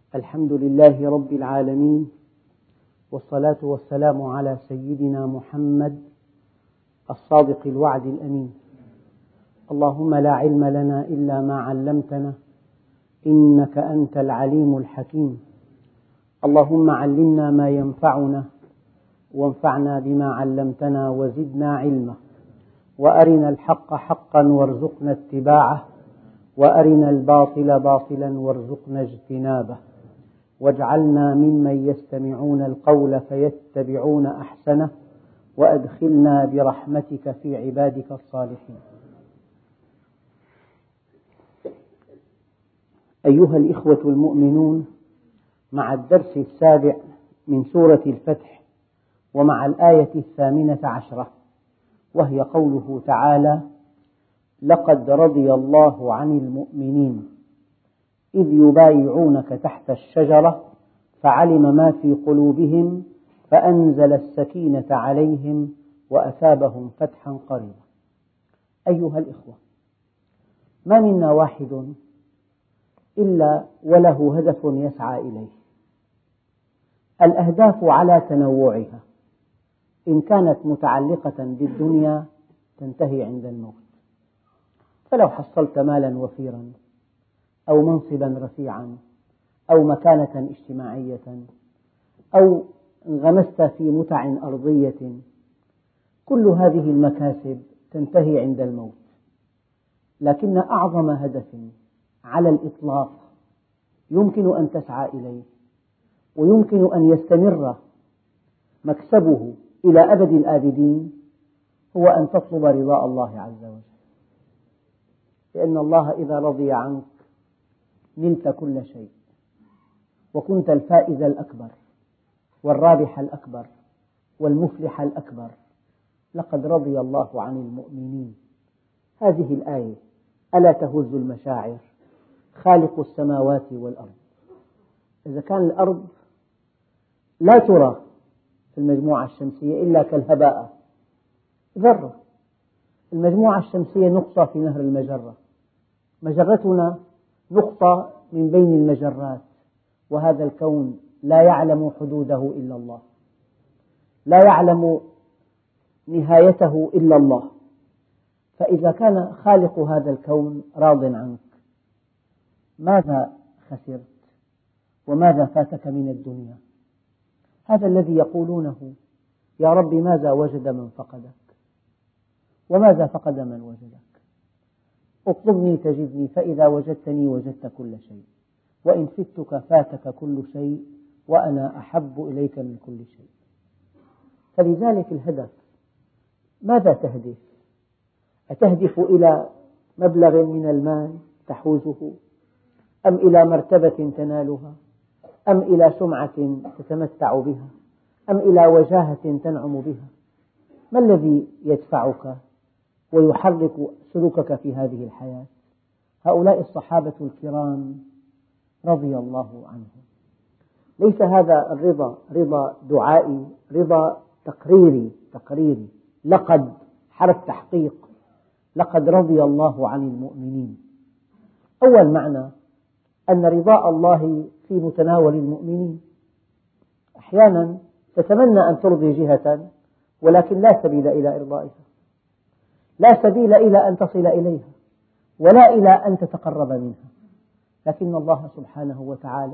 الحمد لله رب العالمين، والصلاة والسلام على سيدنا محمد الصادق الوعد الأمين. اللهم لا علم لنا إلا ما علمتنا إنك أنت العليم الحكيم. اللهم علمنا ما ينفعنا وانفعنا بما علمتنا وزدنا علما، وأرنا الحق حقا وارزقنا اتباعه، وأرنا الباطل باطلا وارزقنا اجتنابه، واجعلنا ممن يستمعون القول فيتبعون أحسنه، وأدخلنا برحمتك في عبادك الصالحين. أيها الإخوة المؤمنون، مع الدرس السابع من سورة الفتح، ومع الآية 18، وهي قوله تعالى: لقد رضي الله عن المؤمنين إذ يبايعونك تحت الشجرة فعلم ما في قلوبهم فأنزل السكينة عليهم وأثابهم فتحا قريبا. أيها الإخوة، ما منا واحد إلا وله هدف يسعى إليه. الأهداف على تنوعها، إن كانت متعلقة بالدنيا تنتهي عند الموت، فلو حصلت مالا وفيرا أو منصبا رفيعا أو مكانة اجتماعية أو انغمست في متع أرضية، كل هذه المكاسب تنتهي عند الموت. لكن أعظم هدف على الإطلاق يمكن أن تسعى إليه ويمكن أن يستمر مكسبه إلى أبد الآبدين هو أن تطلب رضاء الله عز وجل، لأن الله إذا رضي عنك نلت كل شيء، وكنت الفائز الأكبر والرابح الأكبر والمفلح الأكبر. لقد رضي الله عن المؤمنين. هذه الآية ألا تهز المشاعر؟ خالق السماوات والأرض. إذا كان الأرض لا ترى في المجموعة الشمسية إلا كالهباء، ذرة. المجموعة الشمسية نقطة في نهر المجرة، مجرتنا نقطة من بين المجرات، وهذا الكون لا يعلم حدوده إلا الله، لا يعلم نهايته إلا الله. فإذا كان خالق هذا الكون راض عنك، ماذا خسرت وماذا فاتك من الدنيا؟ هذا الذي يقولونه: يا رب ماذا وجد من فقدك وماذا فقد من وجدك؟ اطلبني تجدني، فإذا وجدتني وجدت كل شيء، وإن فتك فاتك كل شيء، وأنا أحب إليك من كل شيء. فلذلك الهدف، ماذا تهدف؟ أتهدف إلى مبلغ من المال تحوزه، أم إلى مرتبة تنالها، أم إلى سمعة تتمتع بها، أم إلى وجاهة تنعم بها؟ ما الذي يدفعك ويحرك سلوكك في هذه الحياة؟ هؤلاء الصحابة الكرام رضي الله عنهم. ليس هذا الرضا رضا دعائي، رضا تقريري. لقد حرف تحقيق، لقد رضي الله عن المؤمنين. أول معنى أن رضاء الله في متناول المؤمنين. أحيانا تتمنى أن ترضي جهة ولكن لا سبيل إلى إرضائها، لا سبيل إلى أن تصل إليها ولا إلى أن تتقرب منها. لكن الله سبحانه وتعالى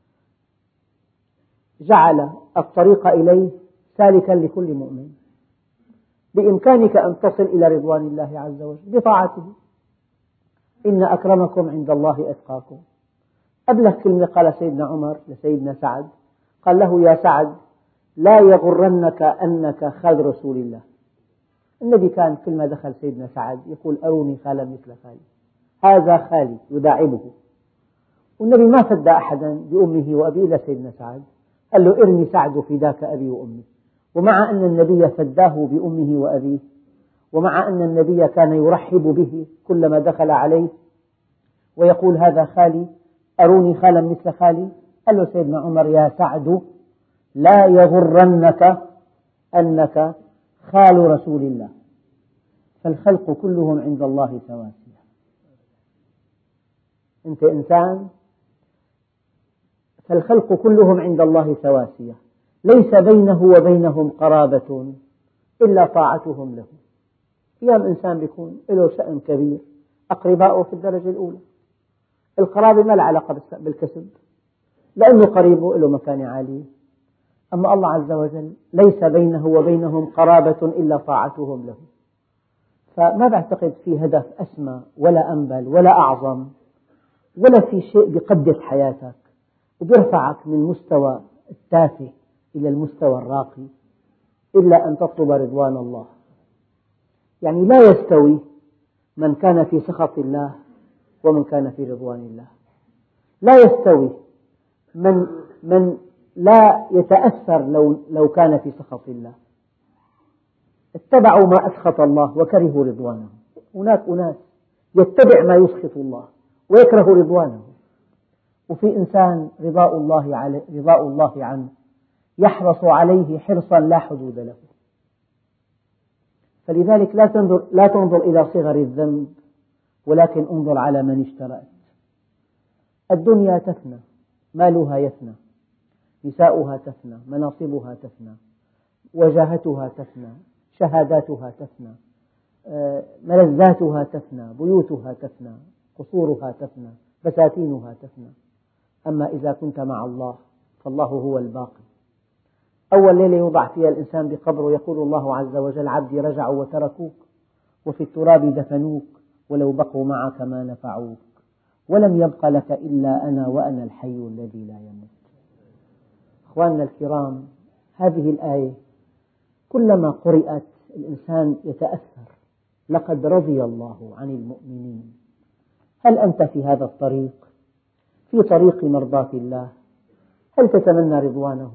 جعل الطريق إليه سالكا لكل مؤمن. بإمكانك أن تصل إلى رضوان الله عز وجل بطاعته. إن أكرمكم عند الله أتقاكم. أبلغ كلمة قال سيدنا عمر لسيدنا سعد، قال له: يا سعد، لا يغرنك أنك خال رسول الله. النبي كان كل ما دخل سيدنا سعد يقول: أروني خالا مثل خالي، هذا خالي، يداعبه. والنبي ما فدى أحدا بأمه وأبيه إلا سيدنا سعد، قال له: ارمي سعد فداك أبي وأمي. ومع أن النبي فداه بأمه وأبيه، ومع أن النبي كان يرحب به كلما دخل عليه ويقول: هذا خالي، أروني خالا مثل خالي، قال له سيدنا عمر: يا سعد، لا يغرنك أنك خال رسول الله، فالخلق كلهم عند الله سواسية. أنت إنسان فالخلق كلهم عند الله سواسية، ليس بينه وبينهم قرابة إلا طاعتهم له. أيام إنسان يكون له شأن كبير، أقرباؤه في الدرجة الأولى، القرابة ما لها علاقة بالكسب، لأنه قريب له مكانة عالية. أما الله عز وجل ليس بينه وبينهم قرابة إلا طاعتهم له. فما بعتقد في هدف أسمى ولا أنبل ولا أعظم، ولا في شيء يقدس حياتك ويرفعك من مستوى التافه إلى المستوى الراقي إلا أن تطلب رضوان الله. يعني لا يستوي من كان في سخط الله ومن كان في رضوان الله، لا يستوي من لا يتأثر لو كان في سخط الله. اتبعوا ما أسخط الله وكرهوا رضوانه. هناك أناس يتبع ما يسخط الله ويكره رضوانه، وفي إنسان رضاء الله عنه يحرص عليه حرصا لا حدود له. فلذلك لا تنظر إلى صغر الذنب، ولكن انظر على من اشترأت. الدنيا تفنى، مالها يفنى، نساؤها تفنى، مناصبها تفنى، وجاهتها تفنى، شهاداتها تفنى، ملذاتها تفنى، بيوتها تفنى، قصورها تفنى، بساتينها تفنى. أما إذا كنت مع الله فالله هو الباقي. أول ليلة يوضع فيها الإنسان بقبره يقول الله عز وجل: عبدي رجعوا وتركوك، وفي التراب دفنوك، ولو بقوا معك ما نفعوك، ولم يبق لك إلا أنا وأنا الحي الذي لا يموت. أخواننا الكرام، هذه الآية كلما قرأت الإنسان يتأثر. لقد رضي الله عن المؤمنين. هل أنت في هذا الطريق، في طريق مرضاة الله؟ هل تتمنى رضوانه؟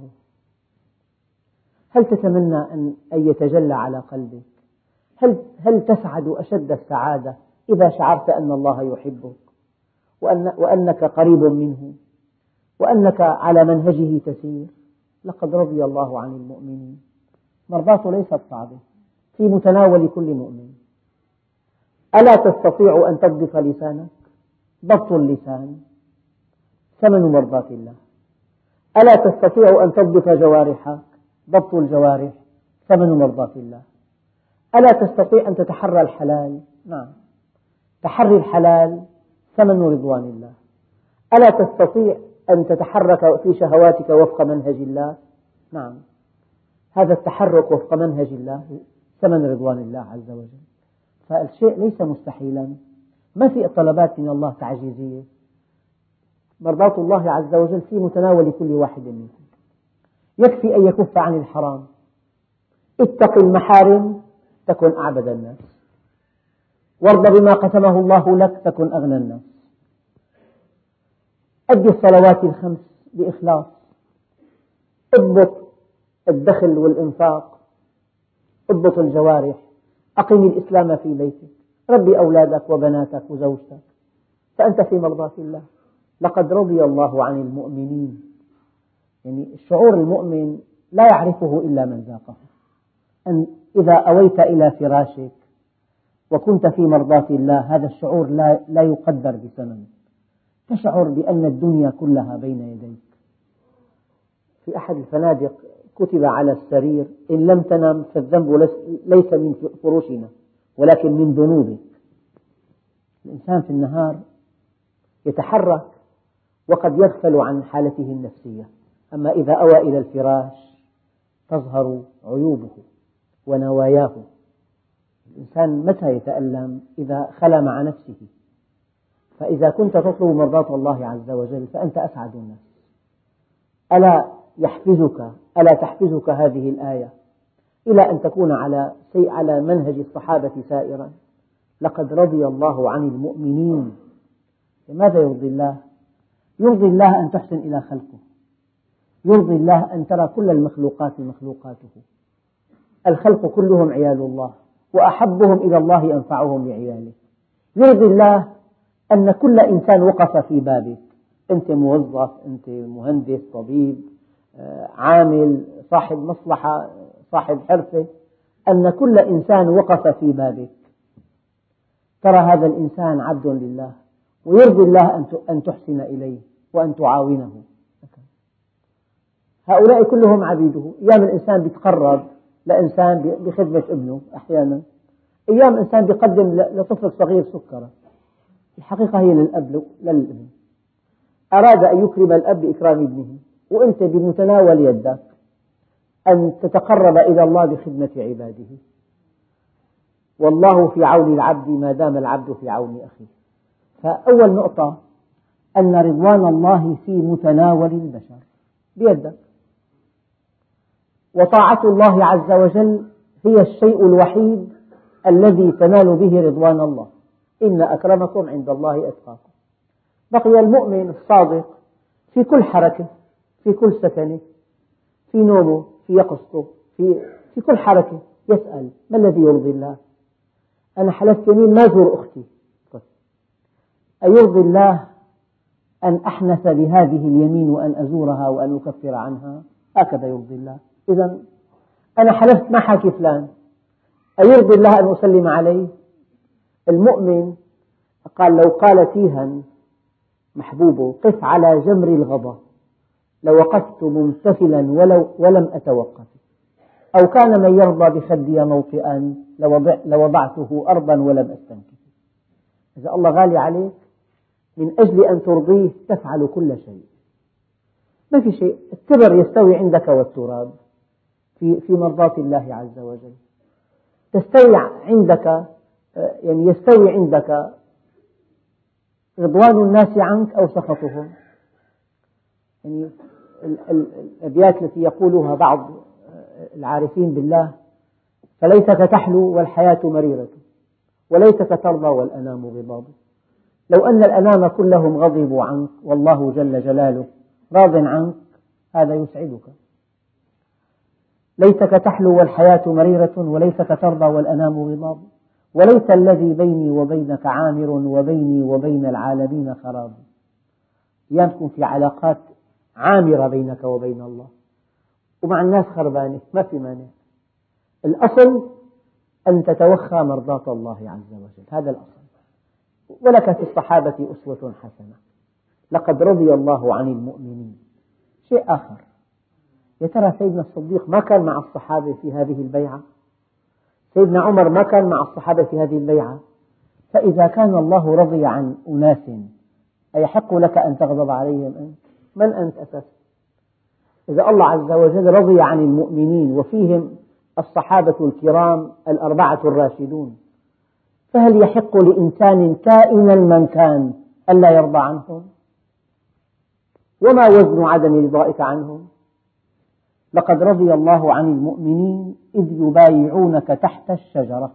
هل تتمنى أن يتجلى على قلبك؟ هل تسعد أشد السعادة إذا شعرت أن الله يحبك وأنك قريب منه وأنك على منهجه تسير؟ لقد رضي الله عن المؤمنين. مرضاته ليست صعبة، في متناول كل مؤمن. ألا تستطيع أن تضبط لسانك؟ ضبط اللسان ثمن مرضاة الله. ألا تستطيع أن تضبط جوارحك؟ ضبط الجوارح ثمن مرضاة الله. ألا تستطيع أن تتحرى الحلال؟ نعم، تحري الحلال ثمن رضوان الله. ألا تستطيع أن تتحرك في شهواتك وفق منهج الله؟ نعم، هذا التحرك وفق منهج الله ثمن رضوان الله عز وجل. فالشيء ليس مستحيلا، ما في طلبات من الله تعجيزية. مرضاة الله عز وجل في متناول كل واحد منكم. يكفي أن يكف عن الحرام. اتق المحارم تكن أعبد الناس، وارض بما قسمه الله لك تكن أغنى الناس. أدي الصلوات الخمس بإخلاص، اضبط الدخل والإنفاق، اضبط الجوارح، أقم الإسلام في بيتك، ربي أولادك وبناتك وزوجتك، فأنت في مرضاة الله. لقد رضي الله عن المؤمنين. يعني الشعور المؤمن لا يعرفه إلا من ذاقه. أن إذا أويت إلى فراشك وكنت في مرضاة الله، هذا الشعور لا يقدر بثمن. تشعر بأن الدنيا كلها بين يديك. في أحد الفنادق كتب على السرير: إن لم تنم فالذنب ليس من فراشنا ولكن من ذنوبك. الإنسان في النهار يتحرك وقد يغفل عن حالته النفسية، أما إذا أوى إلى الفراش تظهر عيوبه ونواياه. الإنسان متى يتألم؟ إذا خلا مع نفسه. فإذا كنت تطلب مرضاة الله عز وجل فأنت أسعد الناس. ألا تحفزك هذه الآية إلى أن تكون على منهج الصحابة سائرا؟ لقد رضي الله عن المؤمنين. لماذا يرضي الله؟ يرضي الله أن تحسن إلى خلقه، يرضي الله أن ترى كل المخلوقات مخلوقاته. الخلق كلهم عيال الله، وأحبهم إلى الله أنفعهم لعياله. يرضي الله أن كل إنسان وقف في بابك، أنت موظف، أنت مهندس، طبيب، عامل، صاحب مصلحة، صاحب حرفة، أن كل إنسان وقف في بابك. ترى هذا الإنسان عبد لله، ويرضي الله أن تحسن إليه وأن تعاونه. هؤلاء كلهم عبيده. أيام الإنسان يتقرب لإنسان بخدمة ابنه، أحيانا أيام إنسان يقدم لطفل صغير سكرة، الحقيقة هي للأب للابن. أراد أن يكرم الأب بإكرام ابنه، وأنت بمتناول يدك أن تتقرب إلى الله بخدمة عباده. والله في عون العبد ما دام العبد في عون أخيه. فأول نقطة أن رضوان الله في متناول البشر بيدك، وطاعة الله عز وجل هي الشيء الوحيد الذي تنال به رضوان الله. إن أكرمكم عند الله أتقاكم. بقي المؤمن الصادق في كل حركة، في كل سكنة، في نومه، في يقظته، في كل حركة يسأل ما الذي يرضي الله. أنا حلفت يمين ما أزور أختي، أيرضي الله أن أحنث بهذه اليمين وأن أزورها وأن أكفر عنها؟ هكذا يرضي الله. إذا أنا حلفت ما حكي فلان، أيرضي الله أن أسلم عليه؟ المؤمن قال لو قال تيها محبوبه قف على جمر الغضا لوقفت ممتثلا ولم أتوقف، أو كان من يرضى بخدي موطئا لوضعته أرضا ولم أستنكف. إذا الله غالي عليك من أجل أن ترضيه تفعل كل شيء. ما في شيء، التبر يستوي عندك والتراب في مرضاة الله عز وجل. تستوي عندك، يعني يستوي عندك رضوان الناس عنك أو سخطهم. يعني الأبيات التي يقولها بعض العارفين بالله: فليتك تحلو والحياة مريرة، وليتك ترضى والأنام غضاب. لو أن الأنام كلهم غضبوا عنك والله جل جلاله راض عنك هذا يسعدك. ليتك تحلو والحياة مريرة، وليتك ترضى والأنام غضاب. وليت الذي بيني وبينك عامر وبيني وبين العالمين خراب. أحيانا تكون في علاقات عامرة بينك وبين الله ومع الناس خربانة، ما في مانع. الأصل أن تتوخى مرضاة الله عز وجل، هذا الأصل. ولك في الصحابة أسوة حسنة، لقد رضي الله عن المؤمنين. شيء آخر، يا ترى سيدنا الصديق ما كان مع الصحابة في هذه البيعة؟ سيدنا عمر ما كان مع الصحابة في هذه البيعة؟ فإذا كان الله رضي عن أناس أيحق لك أن تغضب عليهم أنت؟ من أنت أساسا؟ إذا الله عز وجل رضي عن المؤمنين وفيهم الصحابة الكرام الأربعة الراشدون، فهل يحق لإنسان كائنا من كان ألا يرضى عنهم؟ وما وزن عدم رضائك عنهم؟ لقد رضي الله عن المؤمنين إذ يبايعونك تحت الشجرة.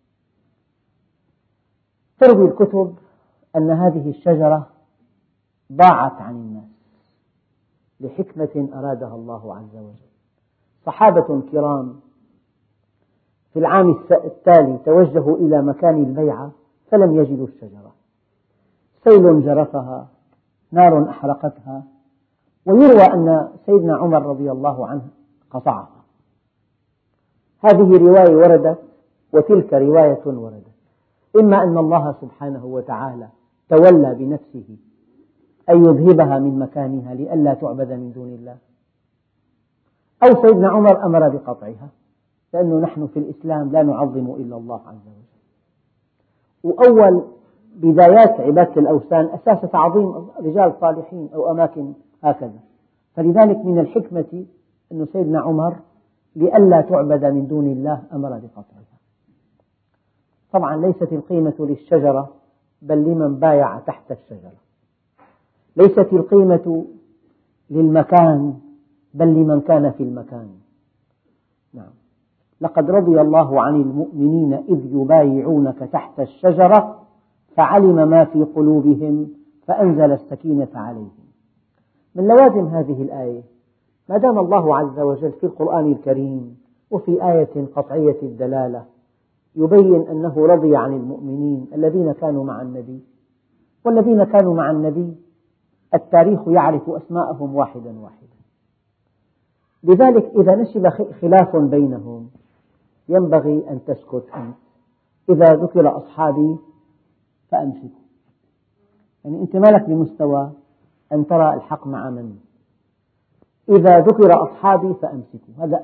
تروي الكتب أن هذه الشجرة ضاعت عن الناس لحكمة أرادها الله عز وجل. صحابة كرام في العام التالي توجهوا إلى مكان البيعة فلم يجدوا الشجرة، سيل جرفها، نار أحرقتها، ويروى أن سيدنا عمر رضي الله عنه قطعها. هذه رواية وردت وتلك رواية وردت. إما أن الله سبحانه وتعالى تولى بنفسه أن يذهبها من مكانها لئلا تعبد من دون الله، أو سيدنا عمر أمر بقطعها، لأنه نحن في الإسلام لا نعظم إلا الله عز وجل. وأول بدايات عبادة الأوثان أساس تعظيم رجال صالحين أو أماكن هكذا. فلذلك من الحكمة أن سيدنا عمر لئلا تعبد من دون الله أمر بقطعها. طبعا ليست القيمة للشجرة بل لمن بايع تحت الشجرة، ليست القيمة للمكان بل لمن كان في المكان. نعم، لقد رضي الله عن المؤمنين إذ يبايعونك تحت الشجرة فعلم ما في قلوبهم فأنزل السكينة عليهم. من لوازم هذه الآية ما دام الله عز وجل في القرآن الكريم وفي آية قطعية الدلالة يبين أنه رضي عن المؤمنين الذين كانوا مع النبي، والذين كانوا مع النبي التاريخ يعرف أسماءهم واحدا واحدا. لذلك إذا نشب خلاف بينهم ينبغي أن تسكت أنت. إذا ذكر أصحابي فأمسكوا، يعني أنت ما لك بمستوى أن ترى الحق مع من. إذا ذكر أصحابي فأمسكوا. هذا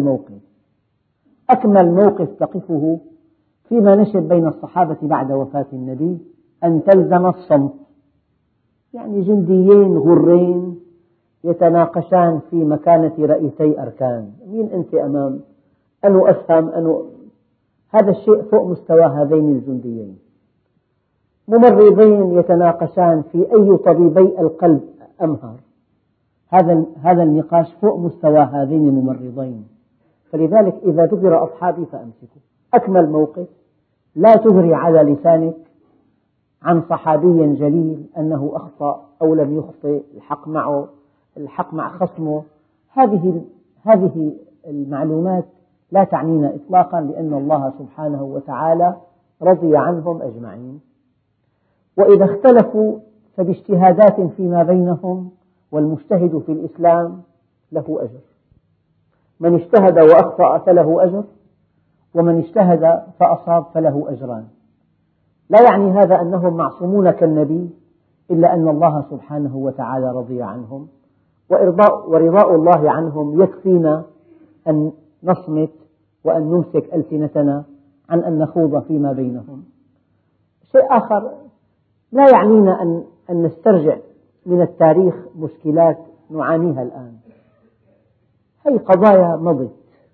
أكمل موقف تقفه فيما نشب بين الصحابة بعد وفاة النبي، أن تلزم الصمت. يعني جنديين غرين يتناقشان في مكانة رئيسي أركان، مين أنت أمام، أنو أفهم، هذا الشيء فوق مستوى هذين الجنديين. ممرضين يتناقشان في أي طبيبي القلب أمهر، هذا النقاش فوق مستوى هذين الممرضين. فلذلك إذا ذكر أصحابي فأمسكوا، أكمل موقف. لا تجري على لسانك عن صحابي جليل أنه أخطأ أو لم يخطئ، الحق معه، الحق مع خصمه. هذه المعلومات لا تعنينا إطلاقا، لأن الله سبحانه وتعالى رضي عنهم أجمعين. وإذا اختلفوا فباجتهادات فيما بينهم، والمجتهد في الإسلام له أجر. من اجتهد وأخطأ فله أجر، ومن اجتهد فأصاب فله أجران. لا يعني هذا أنهم معصومون كالنبي، إلا أن الله سبحانه وتعالى رضي عنهم، ورضاء الله عنهم يكفينا أن نصمت وأن نمسك ألسنتنا عن أن نخوض فيما بينهم. شيء آخر، لا يعنينا أن نسترجع من التاريخ مشكلات نعانيها الآن. هذه قضايا مضت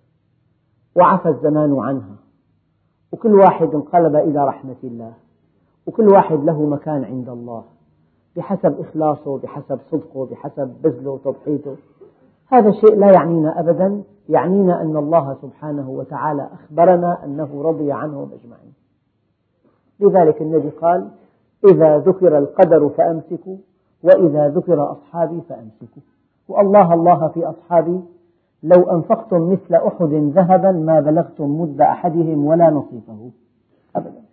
وعفى الزمان عنها، وكل واحد انقلب إلى رحمة الله، وكل واحد له مكان عند الله بحسب إخلاصه، بحسب صدقه، بحسب بذله وتضحيته. هذا الشيء لا يعنينا أبدا، يعنينا أن الله سبحانه وتعالى أخبرنا أنه رضي عنهم أجمعين. لذلك النبي قال: إذا ذكر القدر فأمسكوا، وإذا ذكر أصحابي فأمسكوا. والله في أصحابي لو أنفقتم مثل أحد ذهبا ما بلغتم مد أحدهم ولا نصيفه أبدا.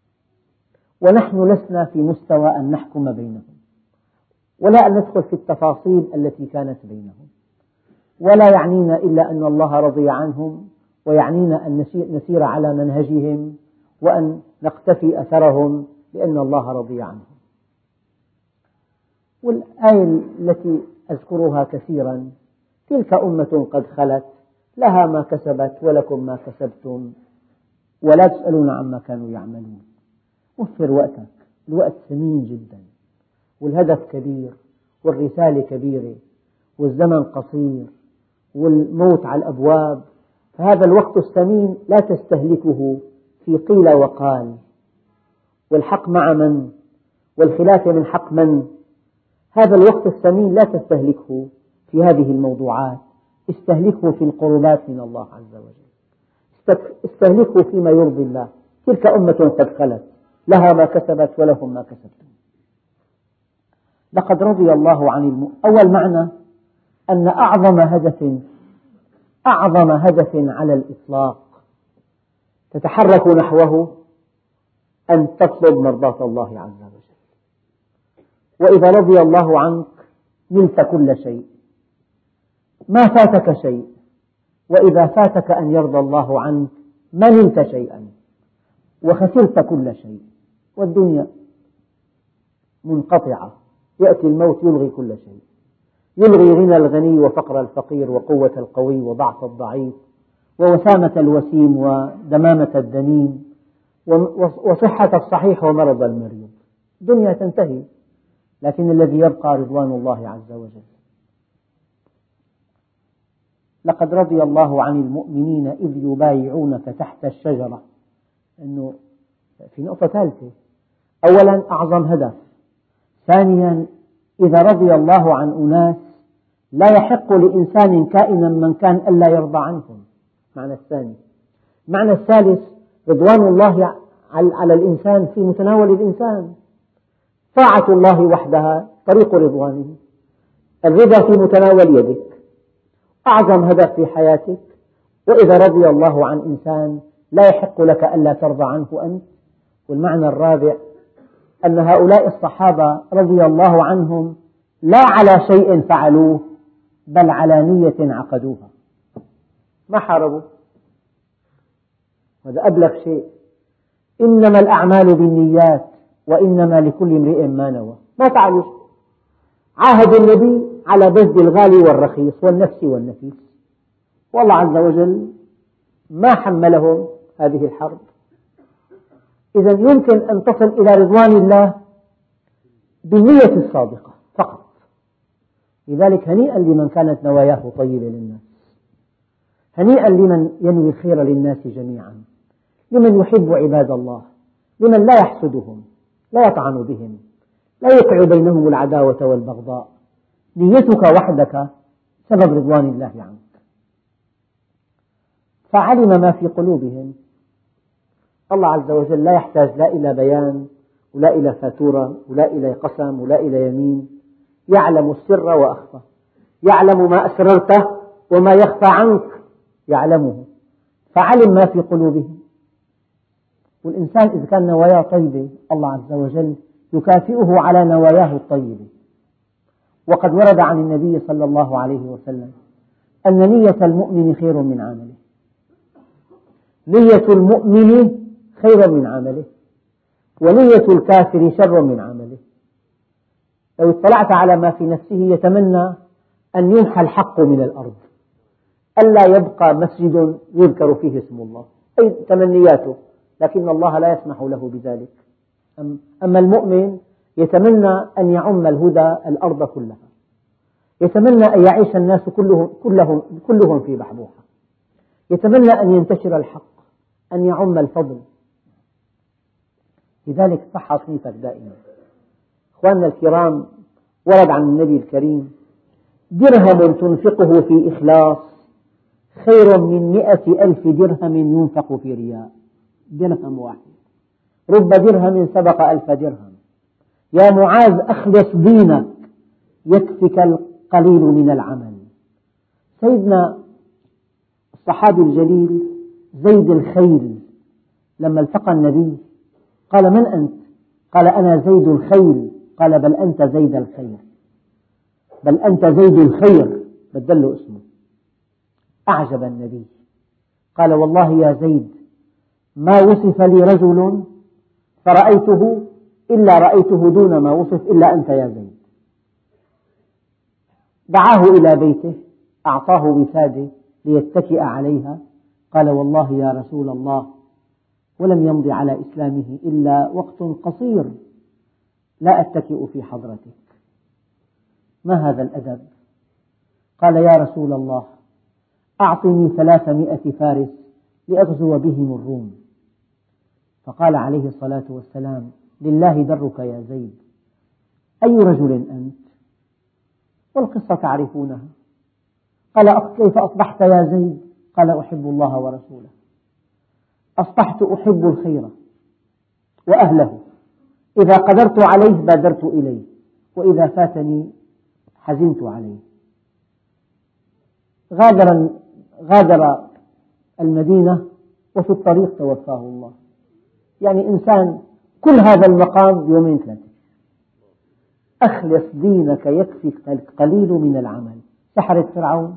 ونحن لسنا في مستوى أن نحكم بينهم، ولا أن ندخل في التفاصيل التي كانت بينهم، ولا يعنينا إلا أن الله رضي عنهم، ويعنينا أن نسير على منهجهم وأن نقتفي أثرهم، لأن الله رضي عنهم. والآية التي أذكرها كثيرا: تلك أمة قد خلت لها ما كسبت ولكم ما كسبتم ولا تسألون عما كانوا يعملون. وفر وقتك، الوقت ثمين جدا، والهدف كبير، والرسالة كبيرة، والزمن قصير، والموت على الأبواب. فهذا الوقت الثمين لا تستهلكه في قيل وقال، والحق مع من، والخلافة من حق من. هذا الوقت الثمين لا تستهلكه في هذه الموضوعات، استهلكه في القربات من الله عز وجل، استهلكه فيما يرضي الله. تلك أمة قد خلت لها ما كسبت ولهم ما كسبتم. لقد رضي الله عن أول معنى أن أعظم هدف على الإطلاق تتحرك نحوه أن تطلب مرضاة الله عز وجل. وإذا رضي الله عنك نلت كل شيء، ما فاتك شيء. وإذا فاتك أن يرضى الله عنك ما نلت شيئا وخسرت كل شيء. والدنيا منقطعة، يأتي الموت يلغي كل شيء، يلغي غنى الغني وفقر الفقير وقوة القوي وضعف الضعيف ووسامة الوسيم ودمامة الدميم وصحة الصحيح ومرض المريض. الدنيا تنتهي، لكن الذي يبقى رضوان الله عز وجل. لقد رضي الله عن المؤمنين إذ يبايعونك تحت الشجرة. إنه في نقطة ثالثة: أولا أعظم هدف، ثانيا إذا رضي الله عن أناس لا يحق لإنسان كائنا من كان ألا يرضى عنهم. معنى الثاني. معنى الثالث: رضوان الله على الإنسان في متناول الإنسان، طاعة الله وحدها طريق رضوانه، الرضا في متناول يدك، أعظم هدف في حياتك. وإذا رضي الله عن إنسان لا يحق لك ألا ترضى عنه أنت. والمعنى الرابع: أن هؤلاء الصحابة رضي الله عنهم لا على شيء فعلوه، بل على نية عقدوها، ما حاربوا. هذا أبلغ شيء. إنما الأعمال بالنيات وإنما لكل امرئ ما نوى. ما فعلوا، عاهدوا النبي على بذل الغالي والرخيص والنفس والنفيس، والله عز وجل ما حملهم هذه الحرب. إذا يمكن أن تصل إلى رضوان الله بالنية الصادقة فقط. لذلك هنيئا لمن كانت نواياه طيبة للناس، هنيئا لمن ينوي الخير للناس جميعا، لمن يحب عباد الله، لمن لا يحسدهم، لا يطعن بهم، لا يوقع بينهم العداوة والبغضاء. نيتك وحدك سبب رضوان الله عنك. فعلم ما في قلوبهم. الله عز وجل لا يحتاج لا إلى بيان ولا إلى فاتورة ولا إلى قسم ولا إلى يمين، يعلم السر وأخفى، يعلم ما أسررت وما يخفى عنك يعلمه، فعلم ما في قلوبهم. والإنسان إذا كان نواياه طيبة الله عز وجل يكافئه على نواياه الطيبة. وقد ورد عن النبي صلى الله عليه وسلم أن نية المؤمن خير من عمله، نية المؤمن خير من عمله، ونية الكافر شر من عمله. لو اطلعت على ما في نفسه يتمنى أن يمحى الحق من الأرض، ألا يبقى مسجد يذكر فيه اسم الله، أي تمنياته، لكن الله لا يسمح له بذلك. أما المؤمن يتمنى أن يعم الهدى الأرض كلها، يتمنى أن يعيش الناس كلهم في بحبوحة، يتمنى أن ينتشر الحق، أن يعم الفضل. لذلك صح تصنيفك دائما. أخواننا الكرام، ورد عن النبي الكريم: درهم تنفقه في إخلاص خير من 100,000 درهم ينفق في رياء. درهم واحد رب درهم سبق 1000 درهم. يا معاذ أخلص دينك يكفك القليل من العمل. سيدنا الصحابي الجليل زيد الخيل لما التقى النبي قال: من أنت؟ قال: أنا زيد الخيل. قال: بل أنت زيد الخير، بل أنت زيد الخير، بدل له اسمه. أعجب النبي، قال: والله يا زيد ما وصف لي رجل فرأيته إلا رأيته دون ما وصف إلا أنت يا زيد. دعاه إلى بيته، أعطاه وسادة ليتكئ عليها، قال: والله يا رسول الله ولم يمض على إسلامه إلا وقت قصير، لا أتكئ في حضرتك. ما هذا الأدب؟ قال: يا رسول الله أعطني 300 فارس لأغزو بهم الروم. فقال عليه الصلاة والسلام: لله درك يا زيد، أي رجل أنت؟ والقصة تعرفونها. قال: كيف أصبحت يا زيد؟ قال: أحب الله ورسوله، أصبحت أحب الخير وأهله، إذا قدرت عليه بادرت إليه، وإذا فاتني حزنت عليه. غادر المدينة وفي الطريق توفاه الله. يعني إنسان كل هذا المقام بيومين ثلاثة. أخلص دينك يكفيك القليل من العمل. سحرة فرعون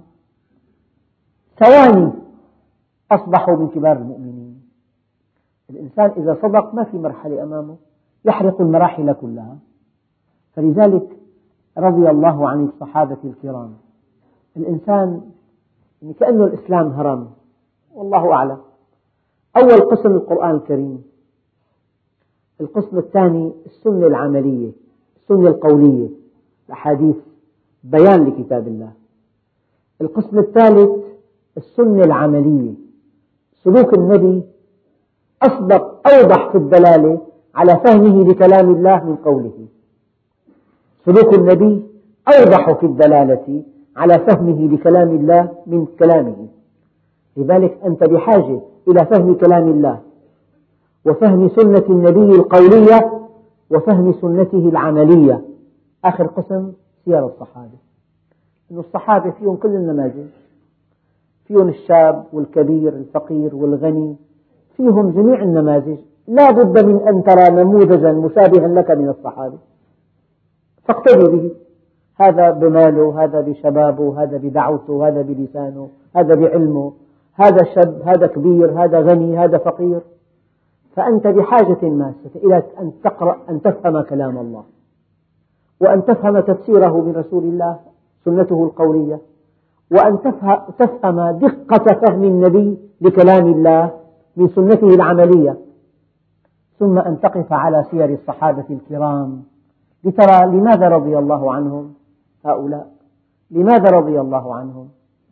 ثواني أصبحوا من كبار المؤمنين. الإنسان إذا صدق ما في مرحلة أمامه، يحرق المراحل كلها. فلذلك رضي الله عن الصحابة الكرام. الإنسان كأنه الإسلام هرم، والله أعلم. أول قسم القرآن الكريم، القسم الثاني السنة العملية، السنة القولية، الأحاديث، بيان لكتاب الله. القسم الثالث السنة العملية، سلوك النبي أصدق أوضح في الدلالة على فهمه لكلام الله من قوله. سلوك النبي أوضح في الدلالة على فهمه لكلام الله من كلامه. لذلك أنت بحاجة إلى فهم كلام الله وفهم سنة النبي القولية وفهم سنته العملية. آخر قسم سير الصحابة، إن الصحابة فيهم كل النماذج، فيهم الشاب والكبير، الفقير والغني، فيهم جميع النماذج. لا بد من أن ترى نموذجا مشابها لك من الصحابة فاقتدي به. هذا بماله، هذا بشبابه، هذا بدعوته، هذا بلسانه، هذا بعلمه، هذا شاب، هذا كبير، هذا غني، هذا فقير. فأنت بحاجة ماسة إلى أن تقرأ، أن تفهم كلام الله وأن تفهم تفسيره من رسول الله سنته القولية، وأن تفهم دقة فهم النبي لكلام الله من سنته العملية، ثم أن تقف على سير الصحابة الكرام لترى لماذا رضي الله عنهم هؤلاء، لماذا رضي الله عنهم؟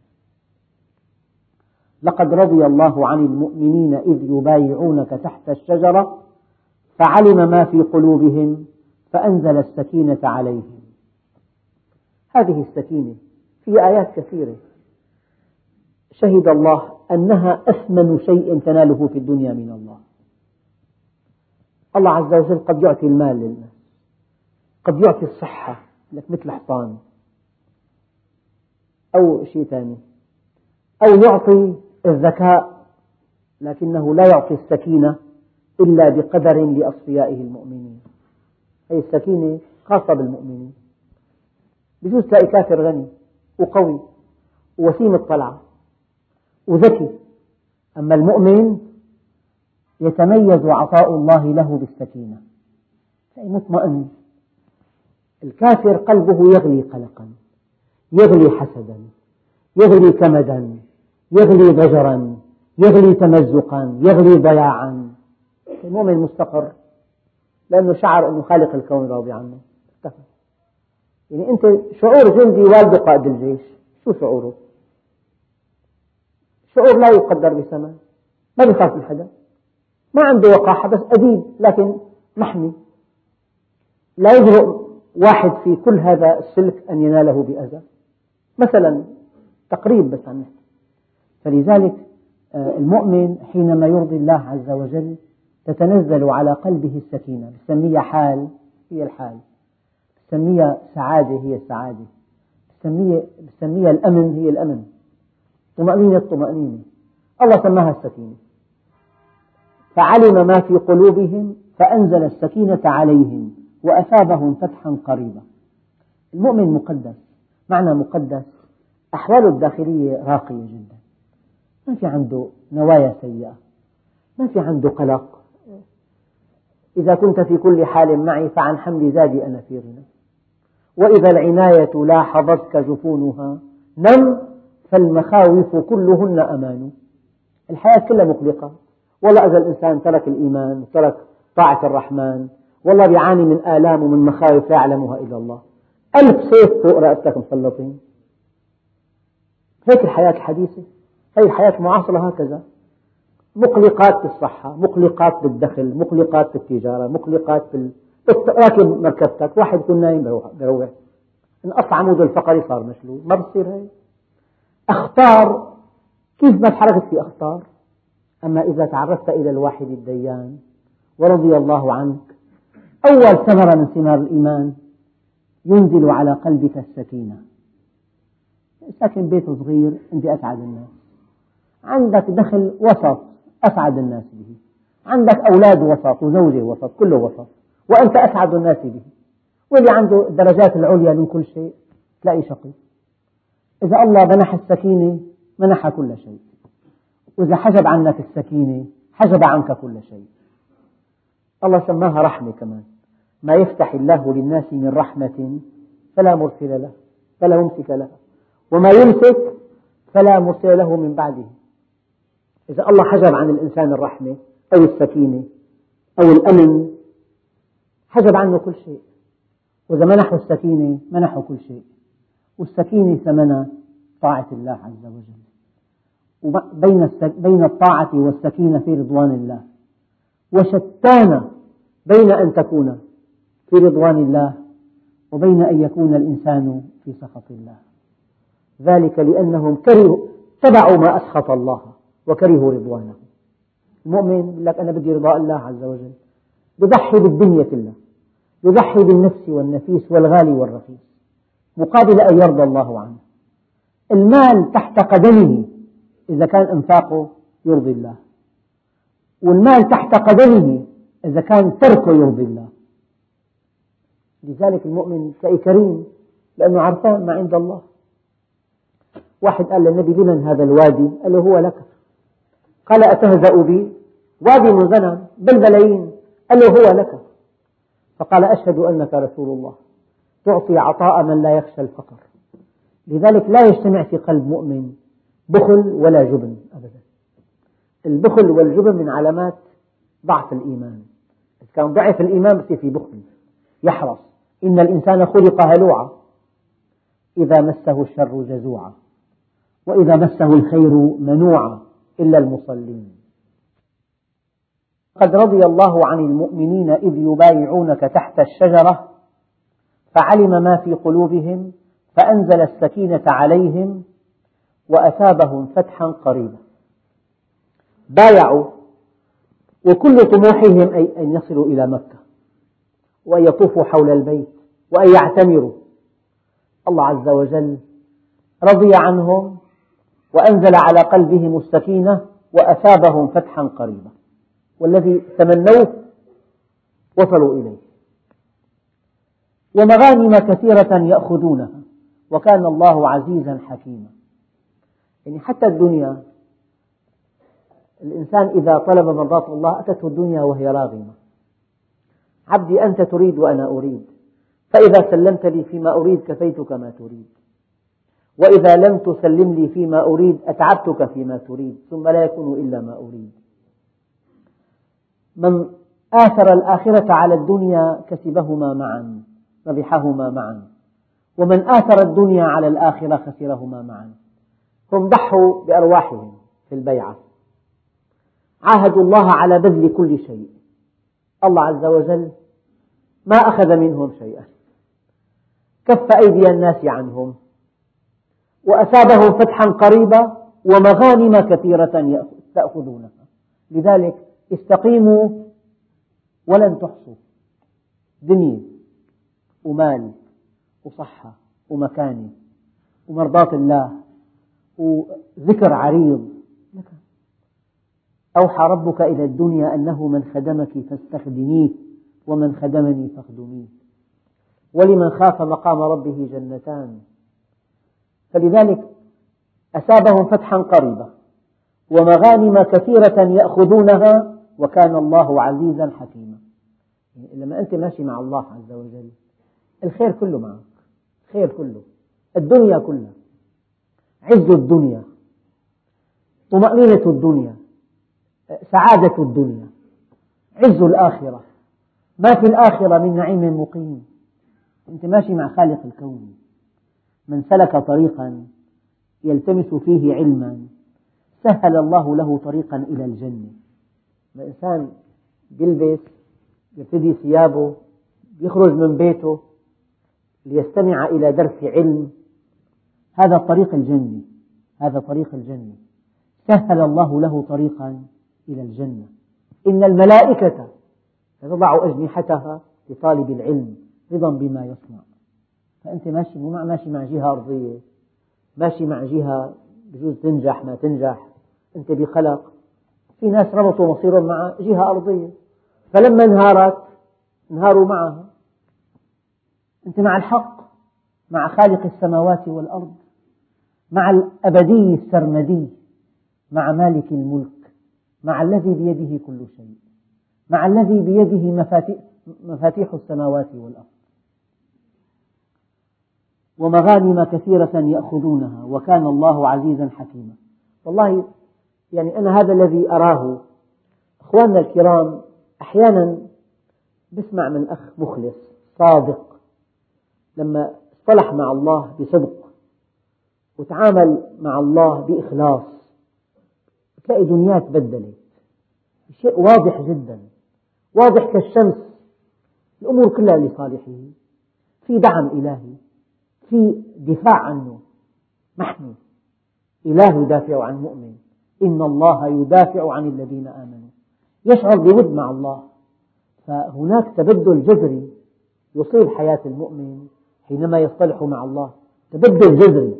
لقد رضي الله عن المؤمنين إذ يبايعونك تحت الشجرة فعلم ما في قلوبهم فأنزل السكينة عليهم. هذه السكينة في آيات كثيرة شهد الله أنها أثمن شيء تناله في الدنيا من الله. الله عز وجل قد يعطي المال للناس، قد يعطي الصحة لك مثل حصان أو شيء ثاني، أو يعطي الذكاء، لكنه لا يعطي السكينة إلا بقدر لأصفيائه المؤمنين. هذه السكينة خاصة بالمؤمنين. بجوز تلاقي كافر غني وقوي ووسيم الطلعة وذكي، أما المؤمن يتميز عطاء الله له بالسكينة، مطمئن. الكافر قلبه يغلي قلقا، يغلي حسدا، يغلي كمدا، يغلي ضجرا، يغلي تمزقا، يغلي ضياعا. المؤمن مستقر لأنه شعر أنه خالق الكون راضي عنه. يعني أنت شعور جندي والده قائد الجيش، شو شعوره؟ شعور لا يقدر بثمن، ما بيخاف من حدا، ما عنده وقاحة، بس أديب لكن محمي، لا يجرؤ واحد في كل هذا السلك أن يناله بأذى مثلا، تقريب بس عن نحكي. فلذلك المؤمن حينما يرضي الله عز وجل تتنزل على قلبه السكينة، بسميها حال هي الحال، بسميها سعادة هي السعادة، بسميها الأمن هي الأمن، طمأنينة الطمأنينة، الله سماها السكينة. فعلم ما في قلوبهم فأنزل السكينة عليهم وأثابهم فتحا قريبا. المؤمن مقدس، معنى مقدس أحواله الداخلية راقية جدا، ما في عنده نوايا سيئة، ما في عنده قلق. إذا كنت في كل حال معي فعن حمل زادي أنا في غنى، وإذا العناية لاحظتك جفونها نم فالمخاوف كلهن أمان. الحياة كلها مقلقة، والله إذا الإنسان ترك الإيمان وترك طاعة الرحمن والله بيعاني من آلام ومن مخاوف لا يعلمها إلا الله. 1000 سيف فوق رأسك مسلطين. هيك الحياة الحديثة، هي الحياة المعاصرة هكذا، مقلقات بالصحة، مقلقات بالدخل، مقلقات بالتجارة، مقلقات راكب مركبتك واحد يكون نايم بروح انقطع عمود الفقري صار مشلول، ما بتصير هي أخطار، كيف ما تحركت في أخطار. أما إذا تعرفت إلى الواحد الديان ورضي الله عنك، أول ثمرة من ثمار الإيمان ينزل على قلبك السكينة. ساكن بيت صغير أنت أسعد الناس، عندك دخل وسط أسعد الناس به، عندك أولاد وسط وزوجة وسط، كله وسط وأنت أسعد الناس به. واللي عنده الدرجات العليا من كل شيء تلاقي شقي. إذا الله منح السكينة منح كل شيء، وإذا حجب عنك السكينة حجب عنك كل شيء. الله سماها رحمة كمان، ما يفتح الله للناس من رحمة فلا مرسل له فلا ممسك لها، وما يمسك فلا مرسل له من بعده. إذا الله حجب عن الإنسان الرحمة أو السكينة أو الأمن حجب عنه كل شيء، وإذا منحه السكينة منحه كل شيء. والسكينة ثمنها طاعة الله عز وجل، بين الطاعة والسكينة في رضوان الله، وشتان بين أن تكون في رضوان الله وبين أن يكون الإنسان في سخط الله. ذلك لأنهم تبعوا ما أسخط الله وكرهوا رضوانه. المؤمن يقول لك أنا بدي رضا الله عز وجل، يضحي بالدنيا كلها، يضحي بالنفس والنفيس والغالي والرخيص مقابل أن يرضى الله عنه. المال تحت قدمه إذا كان إنفاقه يرضي الله، والمال تحت قدمه إذا كان تركه يرضي الله. لذلك المؤمن تلاقيه كريم لأنه عرفان ما عند الله. واحد قال للنبي لمن هذا الوادي؟ قال له هو لك. قال أتهزأ بي؟ وادي من غنم بالملايين. قال له هو لك. فقال أشهد أنك رسول الله تعطي عطاء من لا يخشى الفقر، لذلك لا يجتمع في قلب مؤمن بخل ولا جبن أبدا. البخل والجبن من علامات ضعف الإيمان. إذا كان ضعف الإيمان بصير في بخل، يحرص. إن الإنسان خلق هلوعا إذا مسه الشر جزوعا وإذا مسه الخير منوعا إلا المصلين. قد رضي الله عن المؤمنين إذ يبايعونك تحت الشجرة فعلم ما في قلوبهم فأنزل السكينة عليهم وأثابهم فتحا قريبا. بايعوا وكل طموحهم أن يصلوا إلى مكة وأن يطوفوا حول البيت وأن يعتمروا. الله عز وجل رضي عنهم وأنزل على قلبهم السكينة وأثابهم فتحا قريبا، والذي تمنوه وصلوا إليه. ومغانم كثيرة يأخذونها وكان الله عزيزا حكيما. يعني حتى الدنيا، الإنسان إذا طلب مرضاة الله أتته الدنيا وهي راغمة. عبدي أنت تريد وأنا أريد، فإذا سلمت لي فيما أريد كفيتك ما تريد، وإذا لم تسلم لي فيما أريد أتعبتك فيما تريد، ثم لا يكون إلا ما أريد. من آثر الآخرة على الدنيا كسبهما معا ربحهما معا، ومن آثر الدنيا على الآخرة خسرهما معا. هم ضحوا بأرواحهم في البيعة، عاهدوا الله على بذل كل شيء. الله عز وجل ما أخذ منهم شيئا، كف أيدي الناس عنهم وأثابهم فتحا قريبا ومغانم كثيرة تأخذونها. لذلك استقيموا ولن تحصوا، دنيا ومال وصحة ومكانة ومرضاة الله وذكر عريض. أوحى ربك إلى الدنيا أنه من خدمك فاستخدميه ومن خدمني فاخدميه، ولمن خاف مقام ربه جنتان. فلذلك أثابهم فتحا قريبا ومغانم كثيرة يأخذونها وكان الله عزيزا حكيما. لما أنت ماشي مع الله عز وجل الخير كله معك، الخير كله، الدنيا كلها، عز الدنيا، طمأنينة الدنيا، سعادة الدنيا، عز الآخرة، ما في الآخرة من نعيم مقيم. أنت ماشي مع خالق الكون. من سلك طريقا يلتمس فيه علما سهل الله له طريقا إلى الجنة. الإنسان يلبس، يرتدي ثيابه، يخرج من بيته ليستمع إلى درس علم، هذا طريق الجنة، هذا طريق الجنة، سهل الله له طريقا إلى الجنة. إن الملائكة تضع أجنحتها لطالب العلم رضا بما يصنع. فأنت ماشي مع جهة أرضية، ماشي مع جهة بجوز تنجح ما تنجح، أنت بخلق. في ناس ربطوا مصيرهم مع جهة أرضية فلما انهارت انهاروا معها. أنت مع الحق، مع خالق السماوات والأرض، مع الأبدي السرمدي، مع مالك الملك، مع الذي بيده كل شيء، مع الذي بيده مفاتيح السماوات والأرض. ومغانم كثيرة يأخذونها وكان الله عزيزا حكيما. والله يعني أنا هذا الذي أراه. أخواننا الكرام، أحيانا بسمع من أخ مخلص صادق لما اصطلح مع الله بصدق وتعامل مع الله بإخلاص تلاقي دنياه تبدلت، شيء واضح جدا، واضح كالشمس، الأمور كلها لصالحه، في دعم إلهي، في دفاع عنه، محمي. إله يدافع عن مؤمن، إن الله يدافع عن الذين آمنوا، يشعر بود مع الله. فهناك تبدل جذري يصيب حياة المؤمن حينما يصطلح مع الله، تبدل جذري.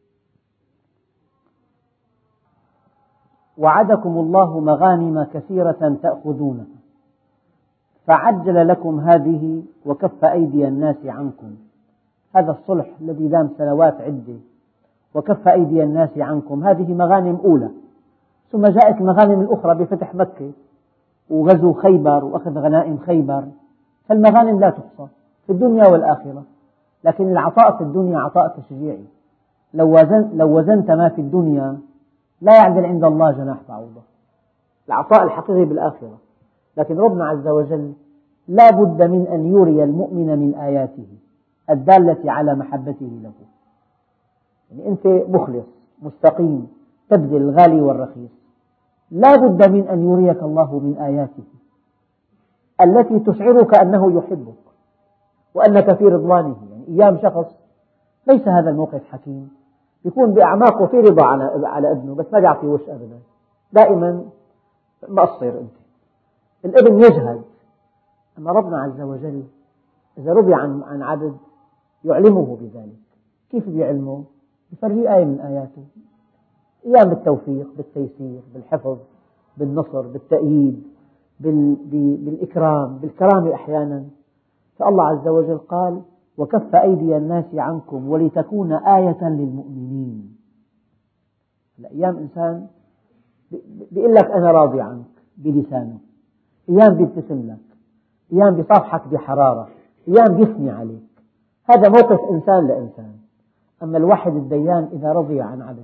وعدكم الله مغانم كثيرة تأخذونها فعجل لكم هذه وكف أيدي الناس عنكم. هذا الصلح الذي دام سنوات عدة وكف أيدي الناس عنكم، هذه مغانم أولى، ثم جاءت المغانم الأخرى بفتح مكة وغزو خيبر وأخذ غنائم خيبر. فالمغانم لا تحصى في الدنيا والآخرة، لكن العطاء في الدنيا عطاء تشجيعي، لو وزنت ما في الدنيا لا يعدل عند الله جناح بعوضة. العطاء الحقيقي بالآخرة. لكن ربنا عز وجل لا بد من أن يري المؤمن من آياته الدالة على محبته له. يعني أنت مخلص مستقيم تبذل الغالي والرخيص، لا بد من أن يريك الله من آياته التي تشعرك أنه يحبك وأنك في رضوانه. يعني أيام شخص ليس هذا الموقف حكيم، يكون بأعماقه في رضا على ابنه بس ما بيعطي وش أبدا، دائما مقصر أنت. الابن يجهد، أما ربنا عز وجل إذا رضي عن عبد يعلمه بذلك. كيف بيعلمه؟ يفرجيه آية من آياته، أيام بالتوفيق بالتيسير بالحفظ بالنصر بالتأييد بالإكرام بالكرامة أحيانا. فالله عز وجل قال وكف أيدي الناس عنكم ولتكون آية للمؤمنين. أيام إنسان بيقول لك أنا راضي عنك بلسانه، أيام بيبتسم لك، أيام بيصافحك بحرارة، أيام بيثني عليك. هذا موقف إنسان لإنسان. أما الواحد الديان إذا رضي عن عبد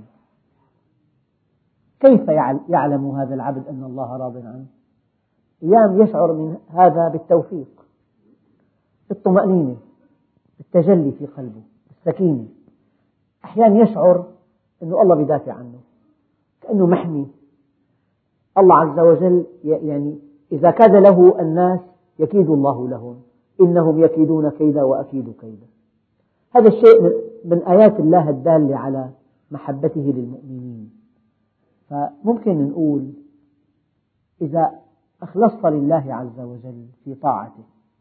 كيف يعلم هذا العبد أن الله راض عنه؟ أيام يشعر من هذا بالتوفيق بالطمأنينة بالتجلي في قلبه بالسكينة. أحيانا يشعر أن الله بدافع عنه كأنه محمي. الله عز وجل يعني إذا كاد له الناس يكيد الله لهم إنهم يكيدون كيدا وأكيد كيدا. هذا الشيء من آيات الله الدالة على محبته للمؤمنين. فممكن نقول إذا أخلصت لله عز وجل في طاعته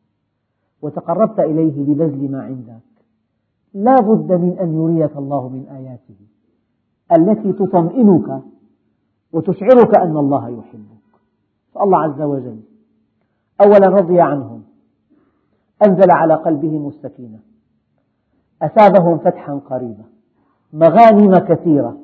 وتقربت إليه ببذل ما عندك لا بد من أن يريك الله من آياته التي تطمئنك وتشعرك أن الله يحبك. فالله عز وجل أولا رضي عنهم، أنزل على قلبهم السكينة، أثابهم فتحا قريبا، مغانم كثيرة،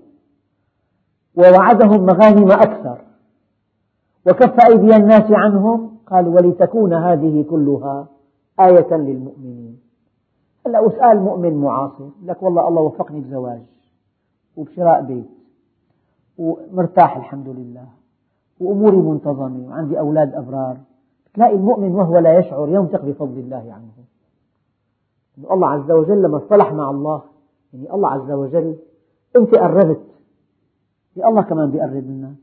ووعدهم مغانم أكثر، وكف أيدي الناس عنهم. قال ولتكون هذه كلها آية للمؤمنين. هلأ أسأل مؤمن معاصر لك والله الله وفقني بزواج وبشراء بيت ومرتاح الحمد لله وأموري منتظمة وعندي أولاد أبرار، تلاقي المؤمن وهو لا يشعر ينطق بفضل الله عنه. الله عز وجل لما اصطلح مع الله، يعني الله عز وجل أنت قربت الله كمان بيقرب منك.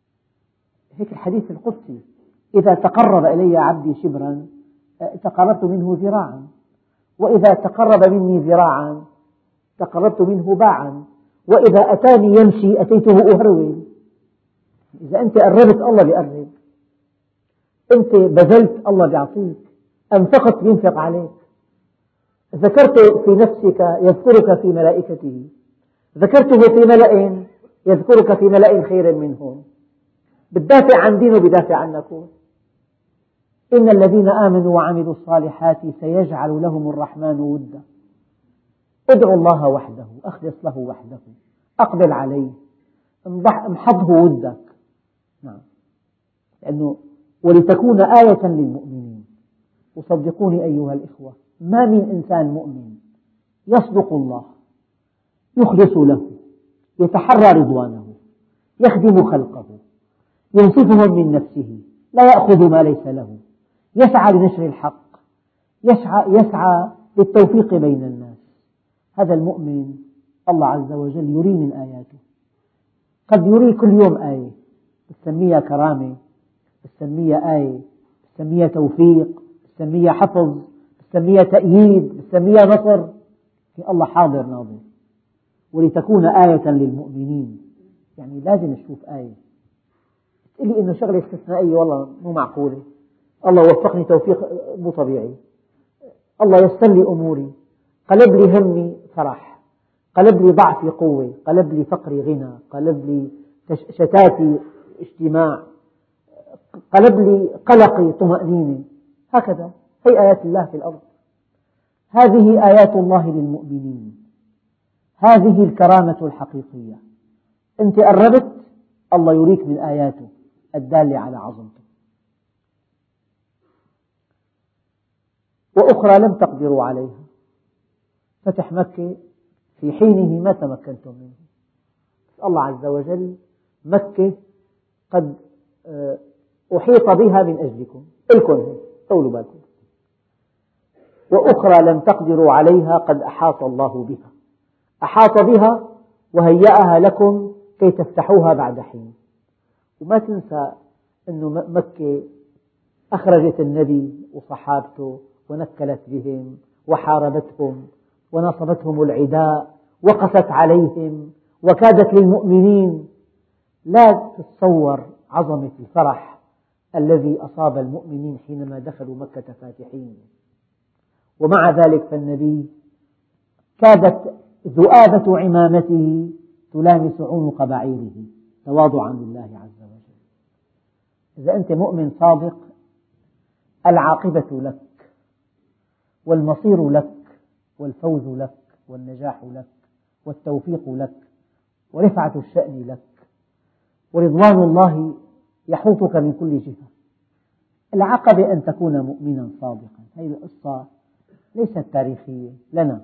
هيك الحديث القدسي إذا تقرب إلي عبدي شبرا تقربت منه ذراعا، وإذا تقرب مني ذراعا تقربت منه باعا، وإذا أتاني يمشي أتيته أهرول. إذا أنت قربت الله بيقرب، أنت بذلت الله بيعطيك، أنفقت ينفق عليك، ذكرت في نفسك يذكرك في ملائكته، ذكرته في ملأ يذكرك في ملأ خير منهم، بتدافع عن دينه بدافع عنكم. إن الذين آمنوا وعملوا الصالحات سيجعل لهم الرحمن ودا. ادعوا الله وحده، أخلص له وحده، أقبل عليه، امحضه ودك. نعم، لأنه ولتكون آية للمؤمنين. وصدقوني أيها الإخوة، ما من إنسان مؤمن يصدق الله يخلص له يتحرى رضوانه يخدم خلقه ينصفهم من نفسه لا يأخذ ما ليس له، يسعى لنشر الحق، يسعى للتوفيق بين الناس. هذا المؤمن الله عز وجل يري من آياته. قد يري كل يوم آية بتسميها كرامة، بتسميها آية، بتسميها توفيق، بتسميها حفظ، بتسميها تأييد، بتسميها نصر. الله حاضر ناظر. ولتكون آية للمؤمنين، يعني لازم نشوف آية. تقول لي إنه شغلة استثنائية، والله مو معقولة، الله وفقني توفيق مو طبيعي، الله يسر لي أموري، قلب لي همي فرح، قلب لي ضعفي قوة، قلب لي فقري غنى، قلب لي شتاتي اجتماع، قلب لي قلقي طمأنينة. هكذا هي آيات الله في الأرض. هذه آيات الله للمؤمنين، هذه الكرامة الحقيقية. أنت قربت الله يريك من آياته الدالة على عظمته. وأخرى لم تقدروا عليها. فتح مكة في حينه ما تمكنتم منه. الله عز وجل مكة قد أحيط بها من أجلكم، إلكم طولوا بالكم. وأخرى لم تقدروا عليها قد أحاط الله بها، أحاط بها وهيأها لكم كي تفتحوها بعد حين. وما تنسى أن مكة أخرجت النبي وصحابته ونكلت بهم وحاربتهم ونصبتهم العداء، وقست عليهم وكادت للمؤمنين. لا تتصور عظمة الفرح الذي أصاب المؤمنين حينما دخلوا مكة فاتحين. ومع ذلك فالنبي كادت ذؤابة عمامته تلامس عنق بعيره تواضعا لله عز وجل. إذا أنت مؤمن صادق العاقبة لك والمصير لك والفوز لك والنجاح لك والتوفيق لك ورفعة الشأن لك ورضوان الله يحوطك من كل جهة. العقبة أن تكون مؤمنا صادقا. هذه القصة ليست تاريخية، لنا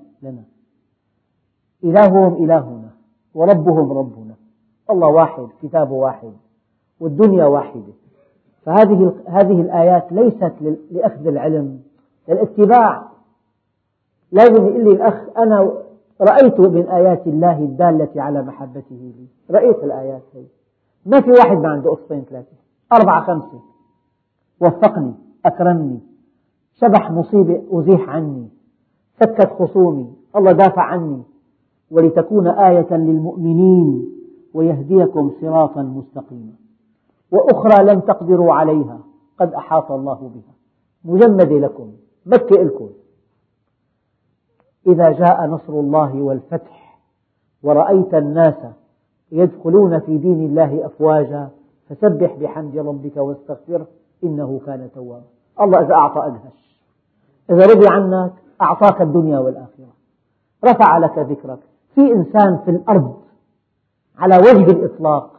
إلههم إلهنا وربهم ربنا، الله واحد كتابه واحد والدنيا واحدة. فهذه الآيات ليست لأخذ العلم، للاتباع. لازم يقول لي الأخ أنا رأيت من آيات الله الدالة على محبته لي، رأيت الآيات هذه. ما في واحد ما عنده قصتين ثلاثة 4 5، وفقني أكرمني، شبح مصيبة أزيح عني، سكت خصومي، الله دافع عني، ولتكون آية للمؤمنين ويهديكم صراطا مستقيما. وأخرى لم تقدروا عليها قد أحاط الله بها، مجمدة لكم، مكة لكم. إذا جاء نصر الله والفتح ورأيت الناس يدخلون في دين الله أفواجا فسبح بحمد ربك واستغفره إنه كان توابا. الله إذا أعطى أدهش، إذا رضي عنك أعطاك الدنيا والآخرة، رفع لك ذكرك. في إنسان في الأرض على وجه الإطلاق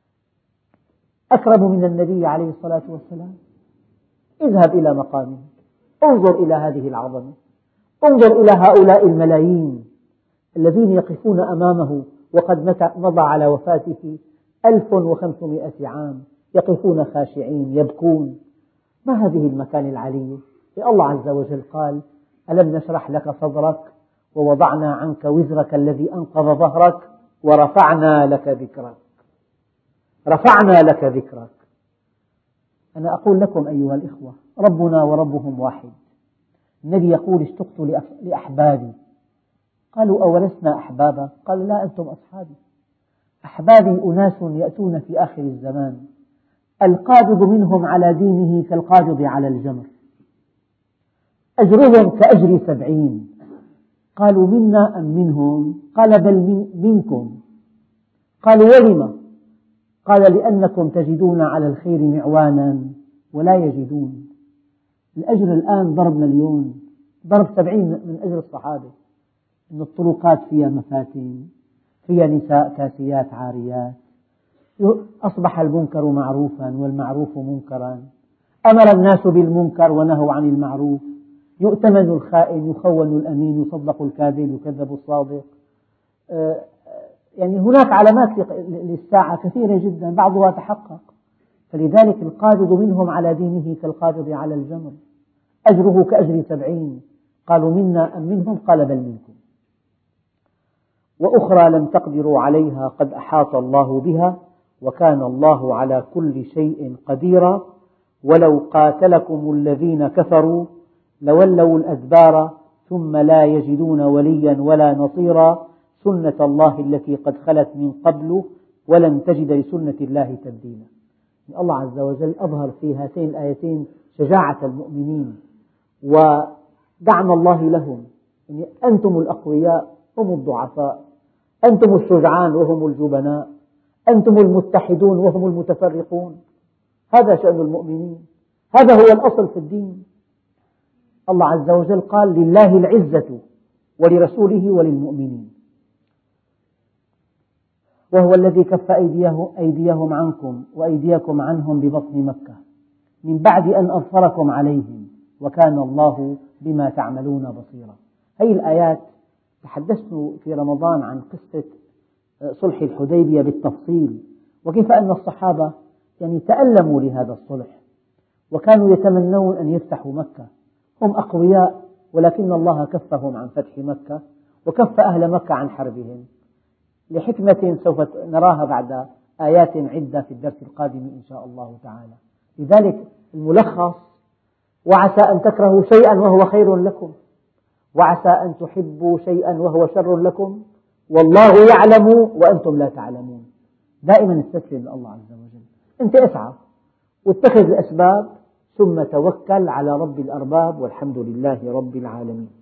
أكرم من النبي عليه الصلاة والسلام؟ اذهب إلى مقامه، انظر إلى هذه العظمة، انظر إلى هؤلاء الملايين الذين يقفون أمامه وقد مضى على وفاته 1500 عام، يقفون خاشعين يبكون. ما هذه المكانة العالية؟ الله عز وجل قال: ألم نشرح لك صدرك ووضعنا عنك وزرك الذي أنقض ظهرك ورفعنا لك ذكرك. رفعنا لك ذكرك. أنا أقول لكم أيها الإخوة، ربنا وربهم واحد. النبي يقول: اشتقت لأحبابي. قالوا: أولسنا أحبابا؟ قال: لا، أنتم أصحابي. أحبابي أناس يأتون في آخر الزمان القابض منهم على دينه كالقابض على الجمر، أجرهم كأجر 70. قالوا: منا أم منهم؟ قال: بل منكم. قالوا: ولم؟ قال: لأنكم تجدون على الخير معوانا ولا يجدون. الأجر الآن ضرب مليون، ضرب 70 من أجر الصحابة. إن الطرقات فيها مفاتن، فيها نساء كاسيات عاريات، أصبح المنكر معروفا والمعروف منكرا، أمر الناس بالمنكر ونهوا عن المعروف، يؤتمن الخائن يخون الأمين يصدق الكاذب يكذب الصادق. يعني هناك علامات للساعة كثيرة جدا، بعضها تحقق. فلذلك القابض منهم على دينه كالقابض على الجمر، أجره كأجر 70. قالوا: منا أم منهم؟ قال: بل منكم. وأخرى لم تقدروا عليها قد أحاط الله بها وكان الله على كل شيء قديرا. ولو قاتلكم الذين كفروا لولوا الأدبار ثم لا يجدون وليا ولا نصيرا سنة الله التي قد خلت من قبل ولن تجد لسنة الله تبديلا. الله عز وجل أظهر في هاتين الآيتين شجاعة المؤمنين ودعم الله لهم. يعني أنتم الأقوياء هم الضعفاء، أنتم الشجعان وهم الجبناء، أنتم المتحدون وهم المتفرقون. هذا شأن المؤمنين، هذا هو الأصل في الدين. الله عز وجل قال: لله العزة ولرسوله وللمؤمنين، وهو الذي كف أيديهم عنكم وأيديكم عنهم ببطن مكة من بعد أن أظفركم عليهم وكان الله بما تعملون بصيرا. هذه الآيات تحدثت في رمضان عن قصة صلح الحديبية بالتفصيل، وكيف أن الصحابة تألموا لهذا الصلح، وكانوا يتمنون أن يفتحوا مكة. هم أقوياء، ولكن الله كفهم عن فتح مكة، وكف أهل مكة عن حربهم لحكمة سوف نراها بعد آيات عدة في الدرس القادم إن شاء الله تعالى. لذلك الملخص: وعسى أن تكرهوا شيئا وهو خير لكم، وعسى أن تحبوا شيئا وهو شر لكم، والله يعلم وأنتم لا تعلمون. دائما استسلم لله عز وجل، أنت اسعى واتخذ الأسباب، ثم توكل على رب الأرباب، والحمد لله رب العالمين.